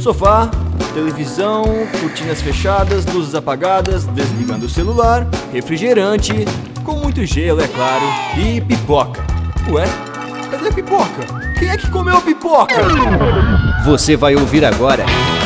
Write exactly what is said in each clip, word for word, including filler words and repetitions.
Sofá, televisão, cortinas fechadas, luzes apagadas, desligando o celular, refrigerante, com muito gelo, é claro, e pipoca. Ué, cadê a pipoca? Quem é que comeu a pipoca? Você vai ouvir agora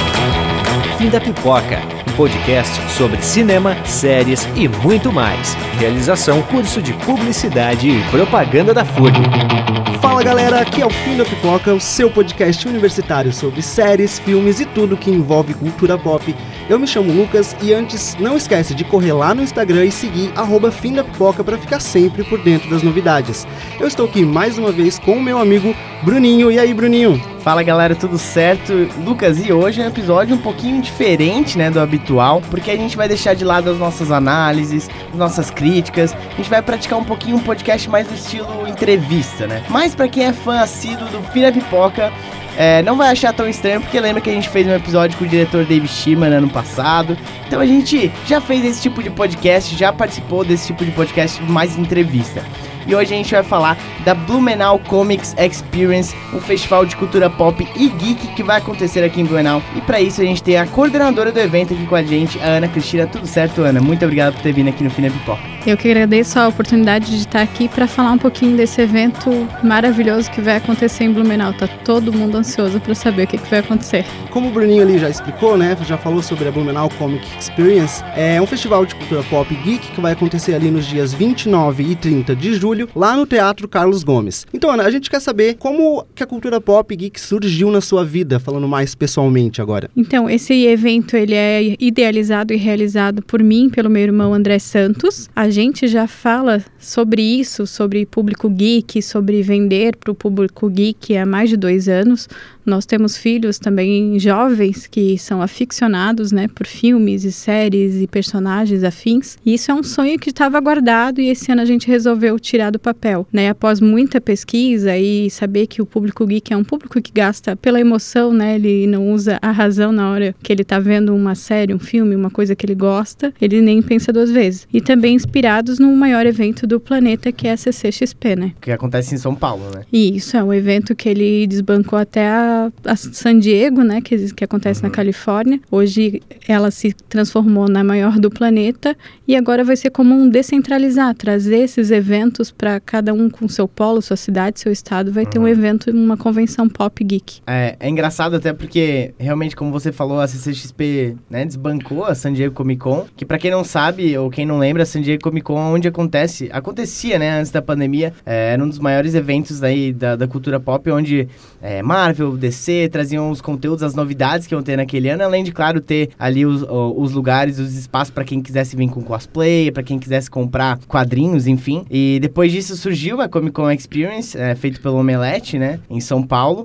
Fim da Pipoca, um podcast sobre cinema, séries e muito mais. Realização curso de Publicidade e Propaganda da F U R G. Fala galera, aqui é o Fim da Pipoca, o seu podcast universitário sobre séries, filmes e tudo que envolve cultura pop. Eu me chamo Lucas e antes, não esquece de correr lá no Instagram e seguir arroba Fim da Pipoca para ficar sempre por dentro das novidades. Eu estou aqui mais uma vez com o meu amigo Bruninho. E aí, Bruninho? Fala galera, tudo certo? Lucas, e hoje é um episódio um pouquinho diferente, né, do habitual, porque a gente vai deixar de lado as nossas análises, as nossas críticas, a gente vai praticar um pouquinho um podcast mais do estilo entrevista, né? Mas pra quem é fã assíduo do Fim da Pipoca, É, não vai achar tão estranho, porque lembra que a gente fez um episódio com o diretor David Shimmer ano passado. Então a gente já fez esse tipo de podcast, já participou desse tipo de podcast mais entrevista. E hoje a gente vai falar da Blumenau Comics Experience, um festival de cultura pop e geek que vai acontecer aqui em Blumenau. E para isso a gente tem a coordenadora do evento aqui com a gente, a Ana Cristina. Tudo certo, Ana? Muito obrigado por ter vindo aqui no Fim da Pipoca. Eu que agradeço a oportunidade de estar aqui para falar um pouquinho desse evento maravilhoso que vai acontecer em Blumenau. Tá todo mundo ansioso para saber o que, que vai acontecer. Como o Bruninho ali já explicou, né, já falou sobre a Blumenau Comic Experience, é um festival de cultura pop e geek que vai acontecer ali nos dias vinte e nove e trinta de julho, lá no Teatro Carlos Gomes. Então, Ana, a gente quer saber como que a cultura pop e geek surgiu na sua vida, falando mais pessoalmente agora. Então, esse evento ele é idealizado e realizado por mim, pelo meu irmão André Santos. A gente já fala sobre isso, sobre público geek, sobre vender para o público geek há mais de dois anos. Nós temos filhos também jovens que são aficionados, né, por filmes e séries e personagens afins. E isso é um sonho que estava guardado e esse ano a gente resolveu tirar do papel, né? Após muita pesquisa e saber que o público geek é um público que gasta pela emoção, né? Ele não usa a razão na hora que ele está vendo uma série, um filme, uma coisa que ele gosta. Ele nem pensa duas vezes. E também inspirados no maior evento do planeta, que é a C C X P, né? Que acontece em São Paulo, né? E isso é um evento que ele desbancou até a a San Diego, né, que, que acontece uhum. na Califórnia. Hoje ela se transformou na maior do planeta e agora vai ser comum descentralizar, trazer esses eventos para cada um com seu polo, sua cidade, seu estado. Vai uhum. ter um evento, uma convenção pop geek. É, é engraçado até porque, realmente, como você falou, a C C X P, né, desbancou a San Diego Comic Con, que para quem não sabe ou quem não lembra, a San Diego Comic Con, onde acontece, acontecia, né, antes da pandemia, é, era um dos maiores eventos aí da, da cultura pop, onde é, Marvel, D C, traziam os conteúdos, as novidades que iam ter naquele ano, além de, claro, ter ali os, os lugares, os espaços para quem quisesse vir com cosplay, para quem quisesse comprar quadrinhos, enfim. E depois disso surgiu a Comic Con Experience, é, feito pelo Omelete, né, em São Paulo,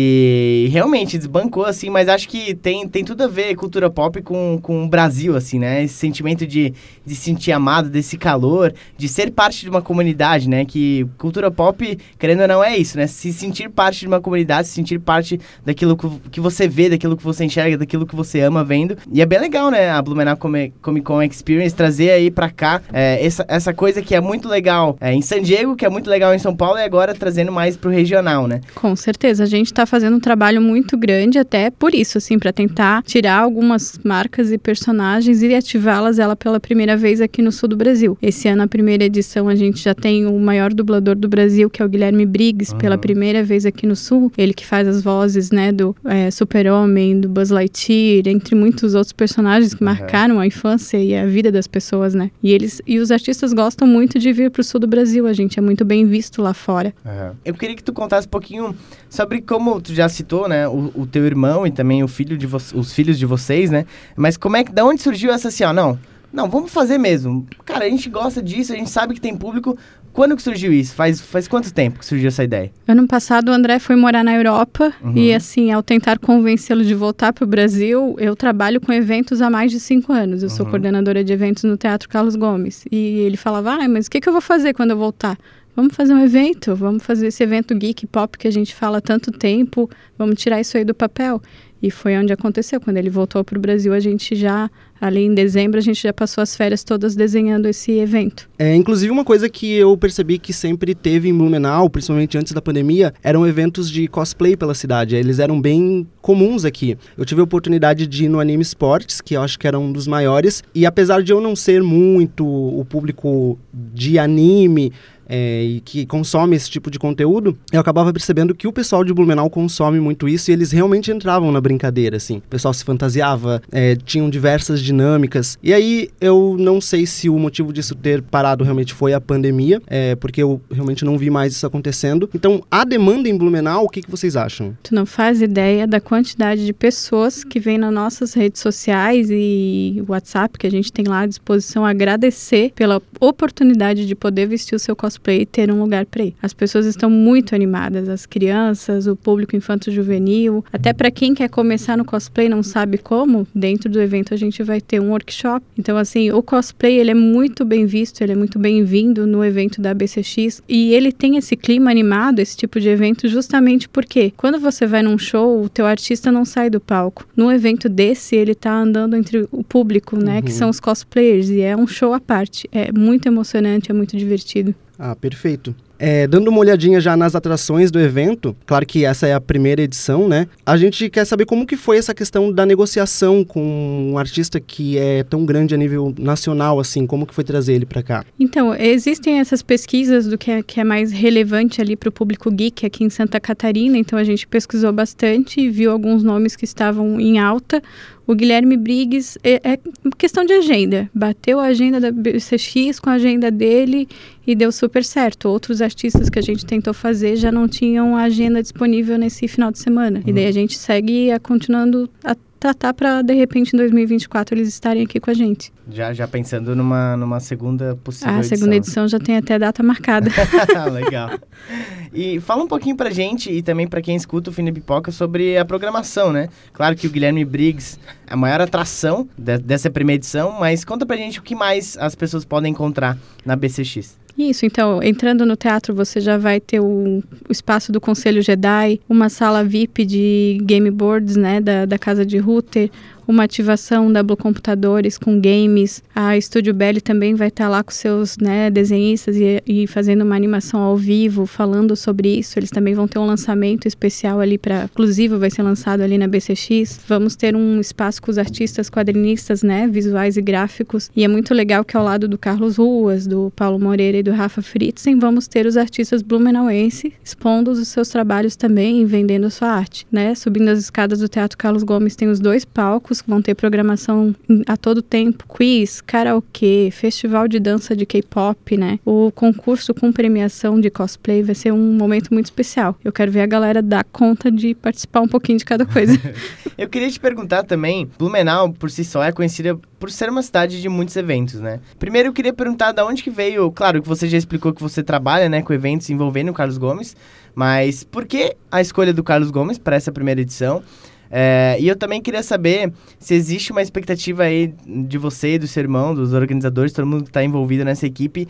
e realmente desbancou, assim, mas acho que tem, tem tudo a ver cultura pop com, com o Brasil, assim, né, esse sentimento de, de se sentir amado, desse calor, de ser parte de uma comunidade, né, que cultura pop, querendo ou não, é isso, né, se sentir parte de uma comunidade, se sentir parte daquilo que você vê, daquilo que você enxerga, daquilo que você ama vendo. E é bem legal, né, a Blumenau Comic Con Experience trazer aí pra cá é, essa, essa coisa que é muito legal é, em San Diego, que é muito legal em São Paulo, e agora trazendo mais pro regional, né? Com certeza, a gente tá fazendo um trabalho muito grande até por isso, assim, pra tentar tirar algumas marcas e personagens e ativá-las ela pela primeira vez aqui no sul do Brasil. Esse ano, a primeira edição, a gente já tem o maior dublador do Brasil, que é o Guilherme Briggs, uhum. pela primeira vez aqui no sul. Ele que faz as vozes, né, do é, Super-Homem, do Buzz Lightyear, entre muitos outros personagens que uhum. marcaram a infância e a vida das pessoas, né? E eles e os artistas gostam muito de vir pro sul do Brasil, a gente é muito bem visto lá fora. Uhum. Eu queria que tu contasse um pouquinho sobre como tu já citou, né, o, o teu irmão e também o filho de vo- os filhos de vocês, né? Mas como é que, da onde surgiu essa assim, ó, não, não, vamos fazer mesmo. Cara, a gente gosta disso, a gente sabe que tem público. Quando que surgiu isso? Faz, faz quanto tempo que surgiu essa ideia? Ano passado o André foi morar na Europa uhum. e assim, ao tentar convencê-lo de voltar para o Brasil, eu trabalho com eventos há mais de cinco anos. Eu uhum. sou coordenadora de eventos no Teatro Carlos Gomes. E ele falava, ah, mas o que, que eu vou fazer quando eu voltar? Vamos fazer um evento, vamos fazer esse evento geek pop que a gente fala há tanto tempo, vamos tirar isso aí do papel. E foi onde aconteceu. Quando ele voltou para o Brasil, a gente já, ali em dezembro, a gente já passou as férias todas desenhando esse evento. É, inclusive uma coisa que eu percebi que sempre teve em Blumenau, principalmente antes da pandemia, eram eventos de cosplay pela cidade. Eles eram bem comuns aqui. Eu tive a oportunidade de ir no Anime Sports, que eu acho que era um dos maiores, e apesar de eu não ser muito o público de anime, É, e que consome esse tipo de conteúdo, eu acabava percebendo que o pessoal de Blumenau consome muito isso e eles realmente entravam na brincadeira, assim. O pessoal se fantasiava, é, tinham diversas dinâmicas. E aí, eu não sei se o motivo disso ter parado realmente foi a pandemia, é, porque eu realmente não vi mais isso acontecendo. Então, a demanda em Blumenau, o que, que vocês acham? Tu não faz ideia da quantidade de pessoas que vêm nas nossas redes sociais e WhatsApp, que a gente tem lá à disposição, agradecer pela oportunidade de poder vestir o seu cosplay e ter um lugar para ir. As pessoas estão muito animadas, as crianças, o público infanto-juvenil, até para quem quer começar no cosplay e não sabe como, dentro do evento a gente vai ter um workshop. Então, assim, o cosplay, ele é muito bem visto, ele é muito bem-vindo no evento da B C X e ele tem esse clima animado, esse tipo de evento, justamente porque quando você vai num show, o teu artista não sai do palco. Num evento desse, ele tá andando entre o público, né, uhum. que são os cosplayers, e é um show à parte. É muito emocionante, é muito divertido. Ah, perfeito. É, dando uma olhadinha já nas atrações do evento, claro que essa é a primeira edição, né? A gente quer saber como que foi essa questão da negociação com um artista que é tão grande a nível nacional, assim, como que foi trazer ele para cá? Então, existem essas pesquisas do que é, que é mais relevante ali para o público geek aqui em Santa Catarina, então a gente pesquisou bastante e viu alguns nomes que estavam em alta. O Guilherme Briggs é, é questão de agenda. Bateu a agenda da B C X com a agenda dele e deu super certo. Outros artistas que a gente tentou fazer já não tinham a agenda disponível nesse final de semana. Uhum. E daí a gente segue a, continuando a tratar para, de repente, em dois mil e vinte e quatro eles estarem aqui com a gente. Já, já pensando numa, numa segunda possível edição. A segunda edição já tem até data marcada. Legal. E fala um pouquinho pra gente e também pra quem escuta o Fim da Pipoca sobre a programação, né? Claro que o Guilherme Briggs é a maior atração de, dessa primeira edição, mas conta pra gente o que mais as pessoas podem encontrar na B C X. Isso, então, entrando no teatro, você já vai ter o, o espaço do Conselho Jedi, uma sala V I P de game boards, né, da, da Casa de Ruther, uma ativação da Blue Computadores com games. A Estúdio Belly também vai estar lá com seus, né, desenhistas e, e fazendo uma animação ao vivo, falando sobre isso. Eles também vão ter um lançamento especial ali para, inclusive vai ser lançado ali na B C X. Vamos ter um espaço com os artistas quadrinistas, né, visuais e gráficos. E é muito legal que ao lado do Carlos Ruas, do Paulo Moreira e do Rafa Fritzen, vamos ter os artistas blumenauense expondo os seus trabalhos também e vendendo a sua arte, né? Subindo as escadas do Teatro Carlos Gomes tem os dois palcos que vão ter programação a todo tempo, quiz, karaokê, festival de dança de K-pop, né? O concurso com premiação de cosplay vai ser um momento muito especial. Eu quero ver a galera dar conta de participar um pouquinho de cada coisa. Eu queria te perguntar também, Blumenau por si só é conhecida por ser uma cidade de muitos eventos, né? Primeiro eu queria perguntar de onde que veio, claro que você já explicou que você trabalha, né, com eventos envolvendo o Carlos Gomes, mas por que a escolha do Carlos Gomes para essa primeira edição? É, e eu também queria saber se existe uma expectativa aí de você e do seu irmão, dos organizadores, todo mundo que está envolvido nessa equipe,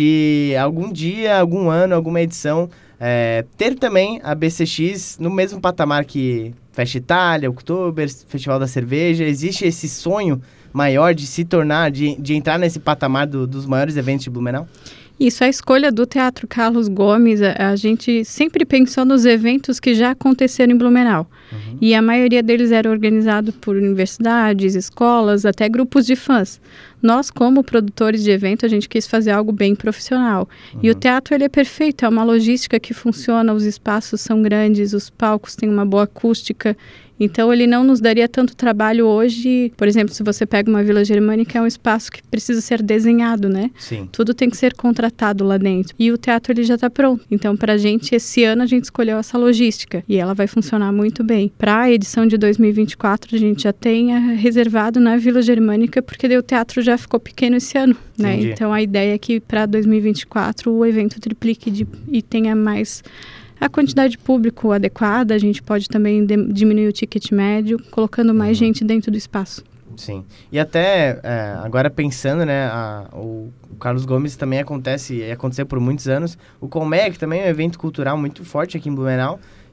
de algum dia, algum ano, alguma edição, é, ter também a B C X no mesmo patamar que Festa Itália, Oktober, Festival da Cerveja. Existe esse sonho maior de se tornar, de, de entrar nesse patamar do, dos maiores eventos de Blumenau? Isso, a escolha do Teatro Carlos Gomes, a, a gente sempre pensou nos eventos que já aconteceram em Blumenau. Uhum. E a maioria deles era organizado por universidades, escolas, até grupos de fãs. Nós, como produtores de evento, a gente quis fazer algo bem profissional. Uhum. E o teatro, ele é perfeito, é uma logística que funciona, os espaços são grandes, os palcos têm uma boa acústica. Então, ele não nos daria tanto trabalho hoje. Por exemplo, se você pega uma Vila Germânica, é um espaço que precisa ser desenhado, né? Sim. Tudo tem que ser contratado lá dentro. E o teatro, ele já está pronto. Então, pra gente, esse ano, a gente escolheu essa logística. E ela vai funcionar muito bem. Para a edição de dois mil e vinte e quatro, a gente já tem reservado na Vila Germânica, porque daí o teatro já ficou pequeno esse ano, né? Entendi. Então, a ideia é que para dois mil e vinte e quatro o evento triplique de, e tenha mais... a quantidade de público adequada. A gente pode também de, diminuir o ticket médio, colocando mais uhum. gente dentro do espaço. Sim. E até, é, agora pensando, né, a, o, o Carlos Gomes também acontece, e aconteceu por muitos anos. O Colmec também é um evento cultural muito forte aqui em Blumenau.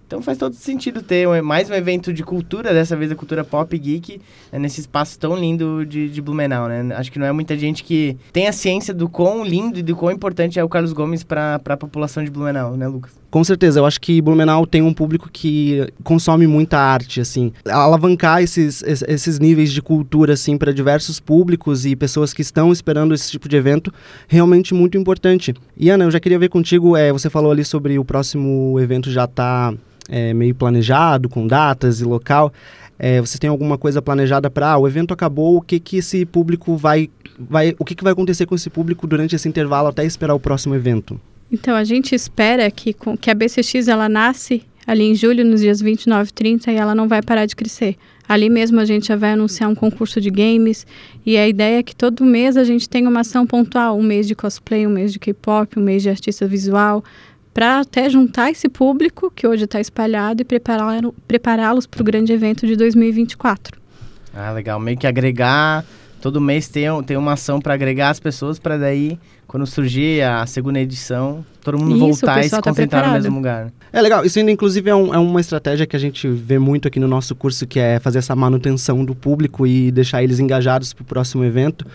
Então faz todo sentido ter um, mais um evento de cultura, dessa vez a cultura pop e geek, né, nesse espaço tão lindo de, de Blumenau, né? Acho que não é muita gente que tem a ciência do quão lindo e do quão importante é o Carlos Gomes para a população de Blumenau, né, Lucas? Com certeza, eu acho que Blumenau tem um público que consome muita arte, assim. Alavancar esses, esses níveis de cultura, assim, para diversos públicos e pessoas que estão esperando esse tipo de evento, realmente muito importante. E, Ana, eu já queria ver contigo, é, você falou ali sobre o próximo evento já tá é, meio planejado, com datas e local. É, vocês têm alguma coisa planejada para, ah, o evento acabou, o que que esse público vai, vai, o que que vai acontecer com esse público durante esse intervalo até esperar o próximo evento? Então, a gente espera que, com, que a B C X ela nasce ali em julho, nos dias vinte e nove e trinta, e ela não vai parar de crescer. Ali mesmo a gente já vai anunciar um concurso de games, e a ideia é que todo mês a gente tenha uma ação pontual, um mês de cosplay, um mês de K-pop, um mês de artista visual, para até juntar esse público que hoje está espalhado e prepará- prepará-los para o grande evento de dois mil e vinte e quatro. Ah, legal. Meio que agregar, todo mês tem, tem uma ação para agregar as pessoas, para daí, quando surgir a segunda edição, todo mundo Isso, voltar e se tá concentrar no preparado. mesmo lugar. É legal, isso ainda inclusive é, um, é uma estratégia que a gente vê muito aqui no nosso curso, que é fazer essa manutenção do público e deixar eles engajados para o próximo evento.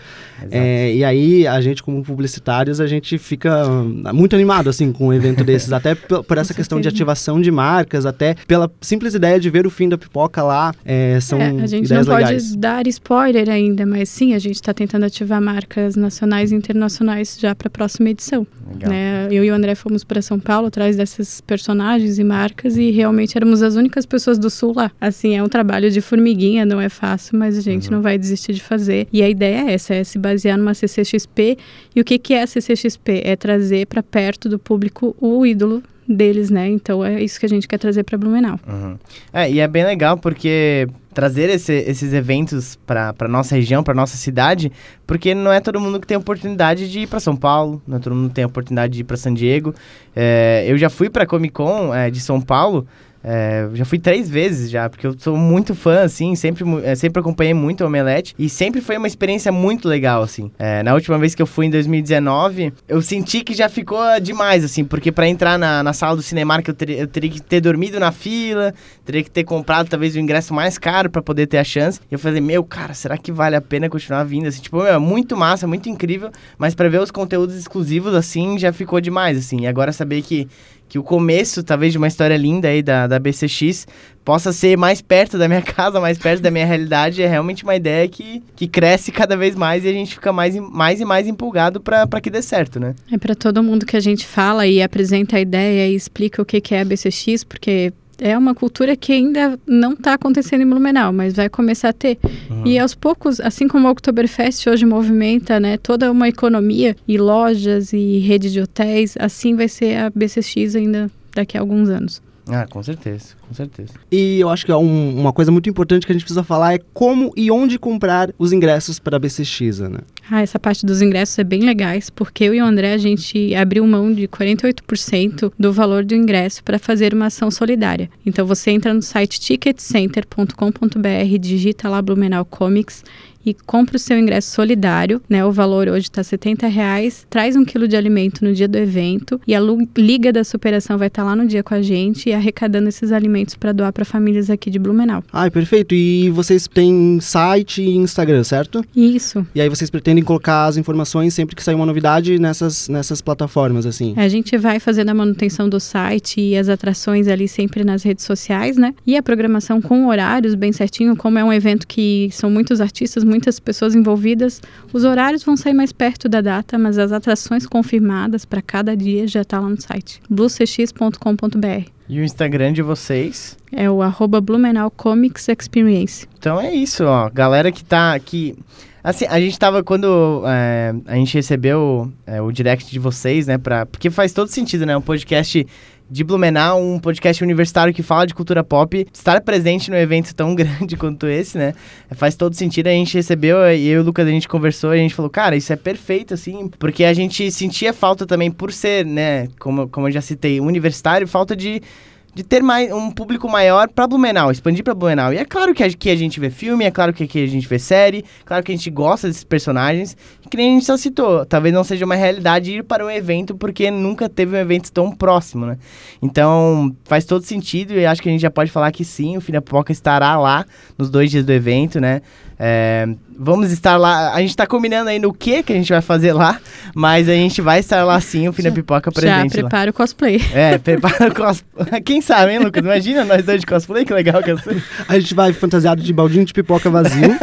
É, e aí, a gente como publicitários, a gente fica hum, muito animado assim, com um evento desses, até p- por essa questão de ativação de marcas, até pela simples ideia de ver o fim da pipoca lá, é, são É, a gente ideias não pode legais. dar spoiler ainda, mas sim, a gente está tentando ativar marcas nacionais e internacionais já para a próxima edição. Legal. Né? Eu e o André fomos para São Paulo atrás desses personagens e marcas e realmente éramos as únicas pessoas do Sul lá. Assim, é um trabalho de formiguinha, não é fácil, mas a gente Uhum. não vai desistir de fazer. E a ideia é essa, é se basear numa C C X P. E o que, que é a C C X P? É trazer para perto do público o ídolo deles, né? Então é isso que a gente quer trazer para Blumenau. Uhum. É, e é bem legal porque trazer esse, esses eventos para para nossa região, para nossa cidade, porque não é todo mundo que tem oportunidade de ir para São Paulo, não é todo mundo que tem oportunidade de ir para San Diego. É, eu já fui para a Comic Con é, de São Paulo. É, já fui três vezes já, porque eu sou muito fã, assim, sempre, é, sempre acompanhei muito o Omelete, e sempre foi uma experiência muito legal, assim. É, na última vez que eu fui, em dois mil e dezenove, eu senti que já ficou demais, assim, porque pra entrar na, na sala do Cinemark eu, ter, eu teria que ter dormido na fila, teria que ter comprado talvez o ingresso mais caro pra poder ter a chance, e eu falei, meu, cara, será que vale a pena continuar vindo, assim, tipo, meu, é muito massa, muito incrível, mas pra ver os conteúdos exclusivos, assim, já ficou demais, assim, e agora saber que que o começo, talvez, de uma história linda aí da, da B C X possa ser mais perto da minha casa, mais perto da minha realidade, é realmente uma ideia que, que cresce cada vez mais e a gente fica mais, mais e mais empolgado para que dê certo, né? É para todo mundo que a gente fala e apresenta a ideia e explica o que, que é a B C X, porque é uma cultura que ainda não está acontecendo em Blumenau, mas vai começar a ter. Uhum. E aos poucos, assim como o Oktoberfest hoje movimenta, né, toda uma economia e lojas e rede de hotéis, assim vai ser a B C X ainda daqui a alguns anos. Ah, com certeza, com certeza. E eu acho que é um, uma coisa muito importante que a gente precisa falar é como e onde comprar os ingressos para a B C X, né? Ah, essa parte dos ingressos é bem legais, porque eu e o André, a gente abriu mão de quarenta e oito por cento do valor do ingresso para fazer uma ação solidária. Então você entra no site ticket center ponto com ponto b r, digita lá Blumenau Comics e compra o seu ingresso solidário, né? O valor hoje está setenta reais, traz um quilo de alimento no dia do evento e a Liga da Superação vai estar tá lá no dia com a gente e arrecadando esses alimentos para doar para famílias aqui de Blumenau. Ah, perfeito. E vocês têm site e Instagram, certo? Isso. E aí vocês pretendem colocar as informações sempre que sair uma novidade nessas, nessas plataformas, assim? A gente vai fazendo a manutenção do site e as atrações ali sempre nas redes sociais, né? E a programação com horários bem certinho, como é um evento que são muitos artistas, muitas pessoas envolvidas, os horários vão sair mais perto da data, mas as atrações confirmadas para cada dia já está lá no site, blue c x ponto com ponto b r. E o Instagram de vocês? É o arroba Blumenau Comics Experience. Então é isso, ó. Galera que tá aqui... Assim, a gente tava, quando é, a gente recebeu é, o direct de vocês, né, pra, porque faz todo sentido, né, um podcast de Blumenau, um podcast universitário que fala de cultura pop, estar presente num evento tão grande quanto esse, né, faz todo sentido. A gente recebeu, e eu e o Lucas, a gente conversou, e a gente falou, cara, isso é perfeito, assim, porque a gente sentia falta também, por ser, né, como, como eu já citei, universitário, falta de... de ter mais, um público maior pra Blumenau, expandir pra Blumenau. E é claro que aqui a gente vê filme, é claro que aqui a gente vê série, claro que a gente gosta desses personagens, que nem a gente só citou, talvez não seja uma realidade ir para um evento, porque nunca teve um evento tão próximo, né? Então, faz todo sentido e acho que a gente já pode falar que sim, o Fim da Pipoca estará lá nos dois dias do evento, né? É, vamos estar lá, a gente tá combinando aí no que que a gente vai fazer lá, mas a gente vai estar lá sim, o Fim da Pipoca presente. Já prepara lá o cosplay. É, prepara o cosplay. Quem sabe, hein, Lucas? Imagina nós dois de cosplay, que legal que eu sei. A gente vai fantasiado de baldinho de pipoca vazio.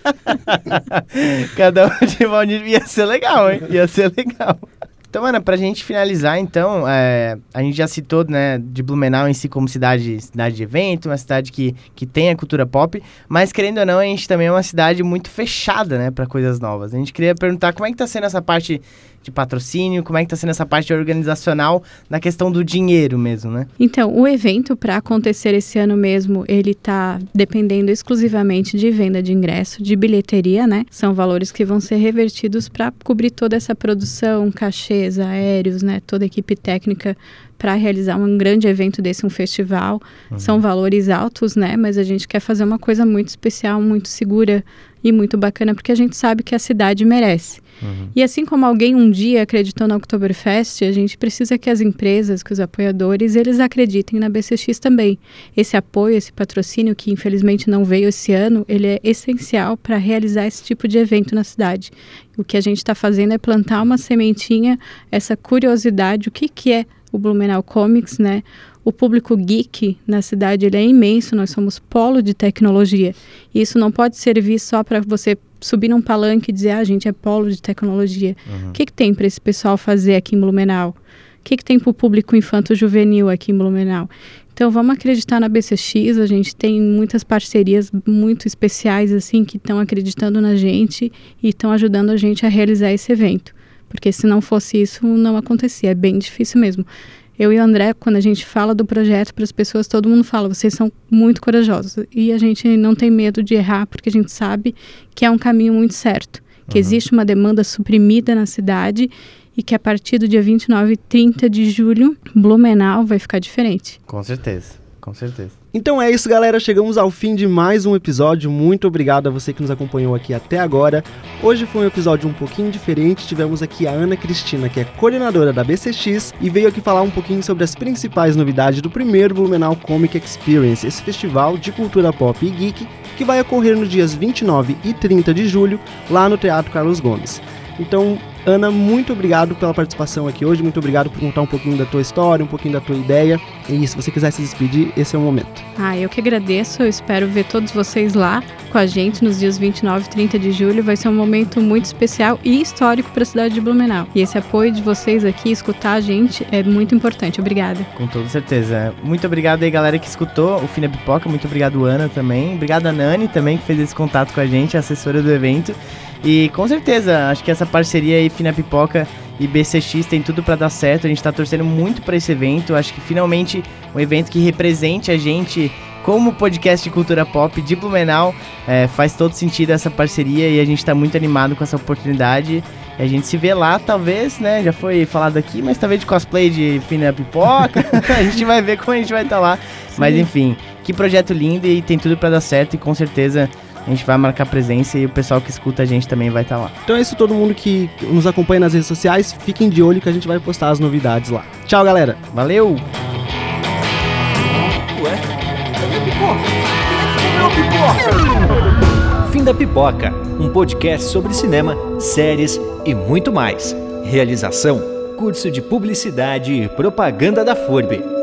Cada um de baldinho, ia ser legal, hein? Ia ser legal. Então, Ana, pra gente finalizar, então, é, a gente já citou, né, de Blumenau em si como cidade, cidade de evento, uma cidade que, que tem a cultura pop, mas, querendo ou não, a gente também é uma cidade muito fechada, né, pra coisas novas. A gente queria perguntar como é que tá sendo essa parte de patrocínio, como é que tá sendo essa parte organizacional na questão do dinheiro mesmo, né? Então, o evento, para acontecer esse ano mesmo, ele tá dependendo exclusivamente de venda de ingresso, de bilheteria, né? São valores que vão ser revertidos para cobrir toda essa produção, cachês, aéreos, né? Toda a equipe técnica para realizar um grande evento desse, um festival. Uhum. São valores altos, né? Mas a gente quer fazer uma coisa muito especial, muito segura e muito bacana, porque a gente sabe que a cidade merece. Uhum. E assim como alguém um dia acreditou na Oktoberfest, a gente precisa que as empresas, que os apoiadores, eles acreditem na B C X também. Esse apoio, esse patrocínio, que infelizmente não veio esse ano, ele é essencial para realizar esse tipo de evento na cidade. O que a gente está fazendo é plantar uma sementinha, essa curiosidade, o que, que é o Blumenau Comics, né? O público geek na cidade, ele é imenso, nós somos polo de tecnologia. E isso não pode servir só para você subir num palanque e dizer, ah, a gente é polo de tecnologia. Uhum. O que, que tem para esse pessoal fazer aqui em Blumenau? O que, que tem para o público infanto-juvenil aqui em Blumenau? Então, vamos acreditar na B C X, a gente tem muitas parcerias muito especiais, assim, que estão acreditando na gente e estão ajudando a gente a realizar esse evento. Porque se não fosse isso, não acontecia, é bem difícil mesmo. Eu e o André, quando a gente fala do projeto para as pessoas, todo mundo fala, vocês são muito corajosos. E a gente não tem medo de errar, porque a gente sabe que é um caminho muito certo. Que uhum. existe uma demanda suprimida na cidade e que a partir do dia vinte e nove e trinta de julho, Blumenau vai ficar diferente. Com certeza, com certeza. Então é isso, galera, chegamos ao fim de mais um episódio. Muito obrigado a você que nos acompanhou aqui até agora. Hoje foi um episódio um pouquinho diferente. Tivemos aqui a Ana Cristina, que é coordenadora da B C X, e veio aqui falar um pouquinho sobre as principais novidades do primeiro Blumenau Comic Experience, esse festival de cultura pop e geek que vai ocorrer nos dias vinte e nove e trinta de julho, lá no Teatro Carlos Gomes. Então, Ana, muito obrigado pela participação aqui hoje, muito obrigado por contar um pouquinho da tua história, um pouquinho da tua ideia, e se você quiser se despedir, esse é o momento. Ah, eu que agradeço, eu espero ver todos vocês lá com a gente nos dias vinte e nove e trinta de julho, vai ser um momento muito especial e histórico para a cidade de Blumenau. E esse apoio de vocês aqui, escutar a gente, é muito importante, obrigada. Com toda certeza. Muito obrigado aí, galera que escutou o Fim da Pipoca, muito obrigado, Ana, também, obrigado a Nani também, que fez esse contato com a gente, a assessora do evento. E com certeza, acho que essa parceria aí, Fim da Pipoca e B C X, tem tudo pra dar certo. A gente tá torcendo muito pra esse evento. Acho que finalmente um evento que represente a gente como podcast de cultura pop de Blumenau. É, faz todo sentido essa parceria e a gente tá muito animado com essa oportunidade. E a gente se vê lá, talvez, né? Já foi falado aqui, mas talvez de cosplay de Fim da Pipoca. A gente vai ver como a gente vai estar tá lá. Sim. Mas enfim, que projeto lindo e tem tudo pra dar certo e com certeza a gente vai marcar presença e o pessoal que escuta a gente também vai estar tá lá. Então é isso, todo mundo que nos acompanha nas redes sociais, fiquem de olho que a gente vai postar as novidades lá. Tchau, galera. Valeu! Ué? Cadê a pipoca? Quem é que comeu a pipoca? Fim da Pipoca, um podcast sobre cinema, séries e muito mais. Realização: Curso de Publicidade e Propaganda da F U R B.